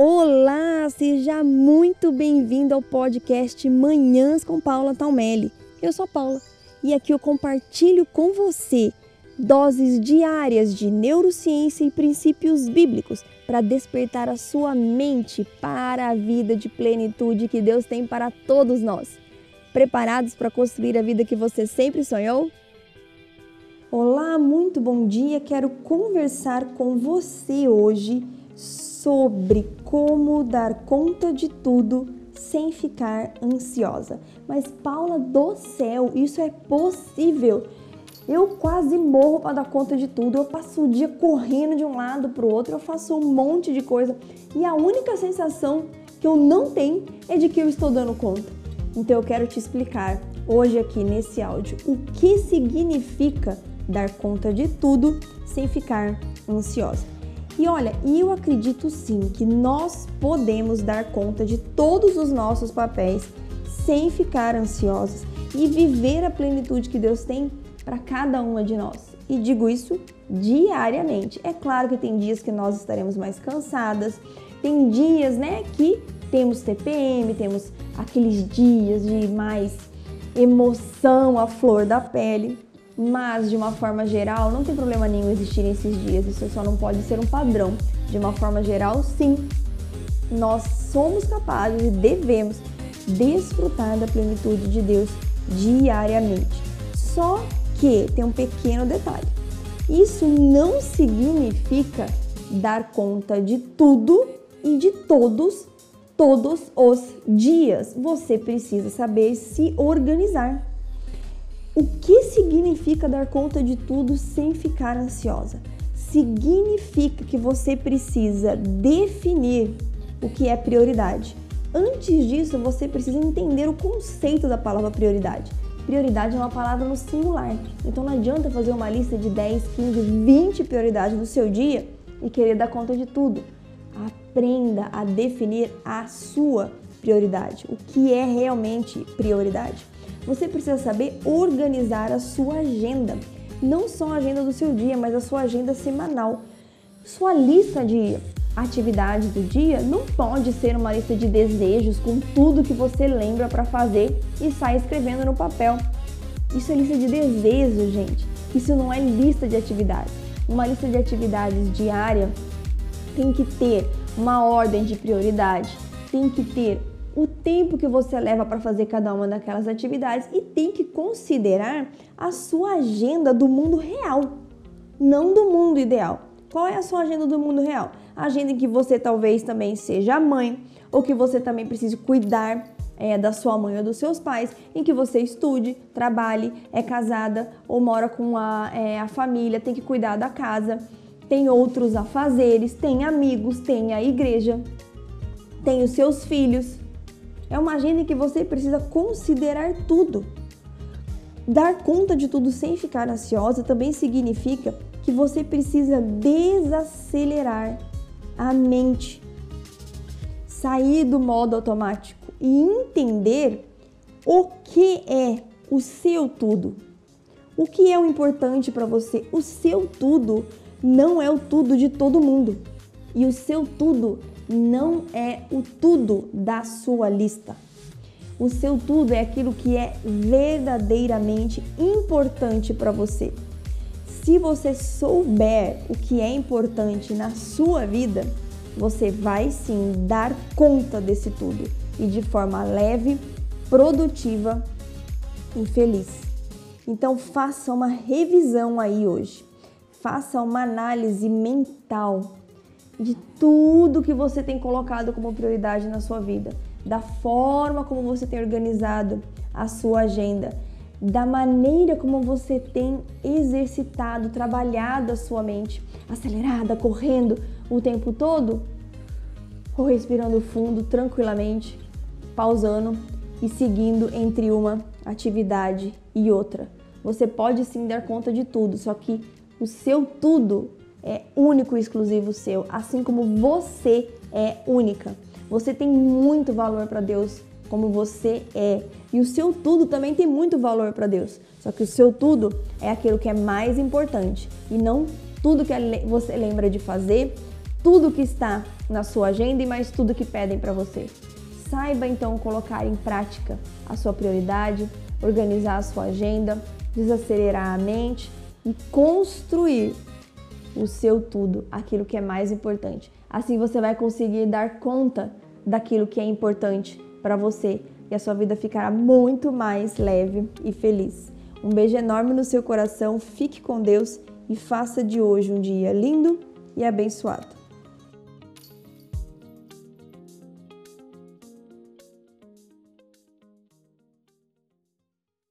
Olá, seja muito bem-vindo ao podcast Manhãs com Paula Taumelli. Eu sou a Paula e aqui eu compartilho com você doses diárias de neurociência e princípios bíblicos para despertar a sua mente para a vida de plenitude que Deus tem para todos nós. Preparados para construir a vida que você sempre sonhou? Olá, muito bom dia. Quero conversar com você hoje sobre como dar conta de tudo sem ficar ansiosa. Mas Paula do céu, isso é possível? Eu quase morro para dar conta de tudo, eu passo o dia correndo de um lado para o outro, eu faço um monte de coisa e a única sensação que eu não tenho é de que eu estou dando conta. Então eu quero te explicar hoje aqui nesse áudio o que significa dar conta de tudo sem ficar ansiosa. E olha, eu acredito sim que nós podemos dar conta de todos os nossos papéis sem ficar ansiosos e viver a plenitude que Deus tem para cada uma de nós. E digo isso diariamente. É claro que tem dias que nós estaremos mais cansadas, tem dias, que temos TPM, temos aqueles dias de mais emoção à flor da pele. Mas, de uma forma geral, não tem problema nenhum existir esses dias, isso só não pode ser um padrão. De uma forma geral, sim, nós somos capazes e devemos desfrutar da plenitude de Deus diariamente. Só que tem um pequeno detalhe. Isso não significa dar conta de tudo e de todos os dias. Você precisa saber se organizar. O que significa dar conta de tudo sem ficar ansiosa? Significa que você precisa definir o que é prioridade. Antes disso, você precisa entender o conceito da palavra prioridade. Prioridade é uma palavra no singular. Então não adianta fazer uma lista de 10, 15, 20 prioridades do seu dia e querer dar conta de tudo. Aprenda a definir a sua prioridade. O que é realmente prioridade? Você precisa saber organizar a sua agenda, não só a agenda do seu dia, mas a sua agenda semanal. Sua lista de atividades do dia não pode ser uma lista de desejos com tudo que você lembra para fazer e sai escrevendo no papel. Isso é lista de desejos, gente. Isso não é lista de atividades. Uma lista de atividades diária tem que ter uma ordem de prioridade, tem que ter o tempo que você leva para fazer cada uma daquelas atividades e tem que considerar a sua agenda do mundo real, não do mundo ideal. Qual é a sua agenda do mundo real? A agenda em que você talvez também seja mãe, ou que você também precise cuidar da sua mãe ou dos seus pais, em que você estude, trabalhe, é casada ou mora com a família, tem que cuidar da casa, tem outros afazeres, tem amigos, tem a igreja, tem os seus filhos. É uma agenda em que você precisa considerar tudo. Dar conta de tudo sem ficar ansiosa também significa que você precisa desacelerar a mente, sair do modo automático e entender o que é o seu tudo. O que é o importante para você? O seu tudo não é o tudo de todo mundo. E o seu tudo não é o tudo da sua lista. O seu tudo é aquilo que é verdadeiramente importante para você. Se você souber o que é importante na sua vida, você vai sim dar conta desse tudo e de forma leve, produtiva e feliz. Então faça uma revisão aí hoje. Faça uma análise mental de tudo que você tem colocado como prioridade na sua vida, da forma como você tem organizado a sua agenda, da maneira como você tem exercitado, trabalhado a sua mente, acelerada, correndo o tempo todo, ou respirando fundo, tranquilamente, pausando e seguindo entre uma atividade e outra. Você pode sim dar conta de tudo, só que o seu tudo é único e exclusivo seu, assim como você é única. Você tem muito valor para Deus como você é. E o seu tudo também tem muito valor para Deus. Só que o seu tudo é aquilo que é mais importante. E não tudo que você lembra de fazer, tudo que está na sua agenda e mais tudo que pedem para você. Saiba então colocar em prática a sua prioridade, organizar a sua agenda, desacelerar a mente e construir o seu tudo, aquilo que é mais importante. Assim você vai conseguir dar conta daquilo que é importante para você e a sua vida ficará muito mais leve e feliz. Um beijo enorme no seu coração, fique com Deus e faça de hoje um dia lindo e abençoado.